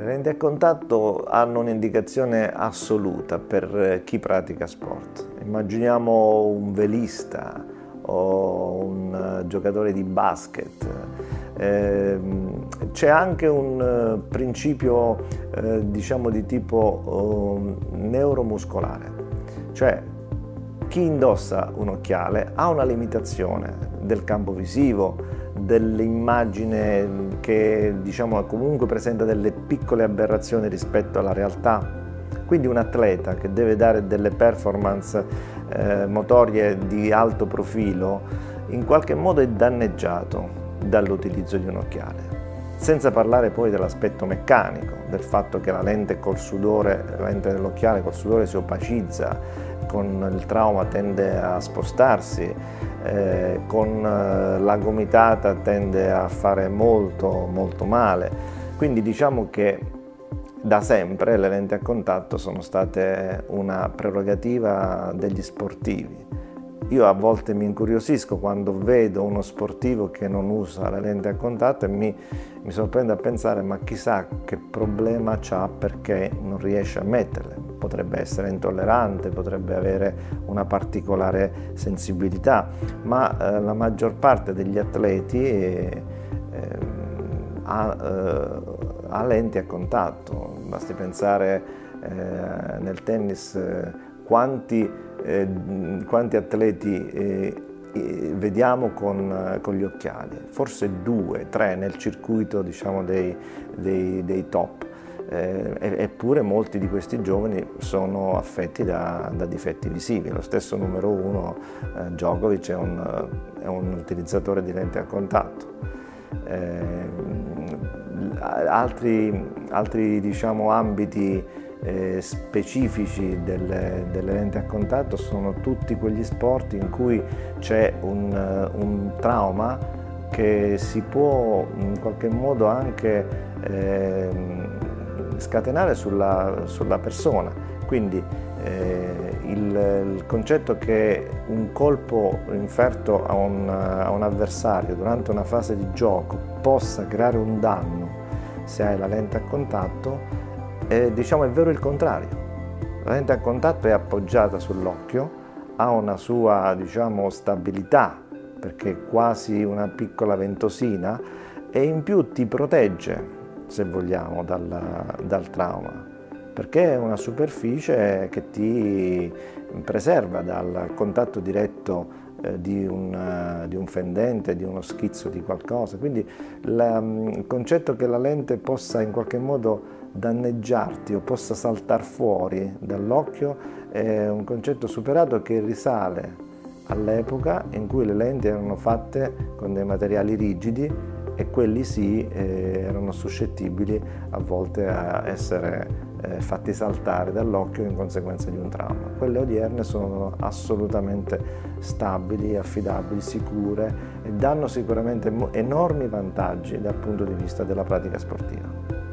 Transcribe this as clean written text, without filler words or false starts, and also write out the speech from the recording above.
Le lenti a contatto hanno un'indicazione assoluta per chi pratica sport. Immaginiamo un velista o un giocatore di basket. C'è anche un principio diciamo di tipo neuromuscolare, cioè chi indossa un occhiale ha una limitazione del campo visivo, dell'immagine che diciamo comunque presenta delle piccole aberrazioni rispetto alla realtà. Quindi un atleta che deve dare delle performance motorie di alto profilo in qualche modo è danneggiato dall'utilizzo di un occhiale. Senza parlare poi dell'aspetto meccanico, del fatto che la lente col sudore, la lente dell'occhiale col sudore si opacizza, con il trauma tende a spostarsi, con la gomitata tende a fare molto male. Quindi diciamo che da sempre le lenti a contatto sono state una prerogativa degli sportivi. Io a volte mi incuriosisco quando vedo uno sportivo che non usa le lenti a contatto e mi sorprende a pensare ma chissà che problema c'ha perché non riesce a metterle. Potrebbe essere intollerante, potrebbe avere una particolare sensibilità, ma la maggior parte degli atleti ha lenti a contatto. Basti pensare nel tennis quanti atleti vediamo con gli occhiali, forse 2, 3 nel circuito diciamo dei top, eppure molti di questi giovani sono affetti da difetti visivi. Lo stesso numero 1, Djokovic, è un utilizzatore di lenti a contatto. Altri diciamo ambiti specifici delle lenti a contatto sono tutti quegli sport in cui c'è un trauma che si può in qualche modo anche scatenare sulla persona. Quindi il concetto che un colpo inferto a un avversario durante una fase di gioco possa creare un danno se hai la lente a contatto, diciamo è vero il contrario. La lente a contatto è appoggiata sull'occhio, ha una sua diciamo stabilità perché è quasi una piccola ventosina e in più ti protegge, se vogliamo, dal trauma, perché è una superficie che ti preserva dal contatto diretto di un fendente, di uno schizzo di qualcosa. Quindi il concetto che la lente possa in qualche modo danneggiarti o possa saltar fuori dall'occhio è un concetto superato che risale all'epoca in cui le lenti erano fatte con dei materiali rigidi e quelli sì erano suscettibili a volte a essere fatti saltare dall'occhio in conseguenza di un trauma. Quelle odierne sono assolutamente stabili, affidabili, sicure e danno sicuramente enormi vantaggi dal punto di vista della pratica sportiva.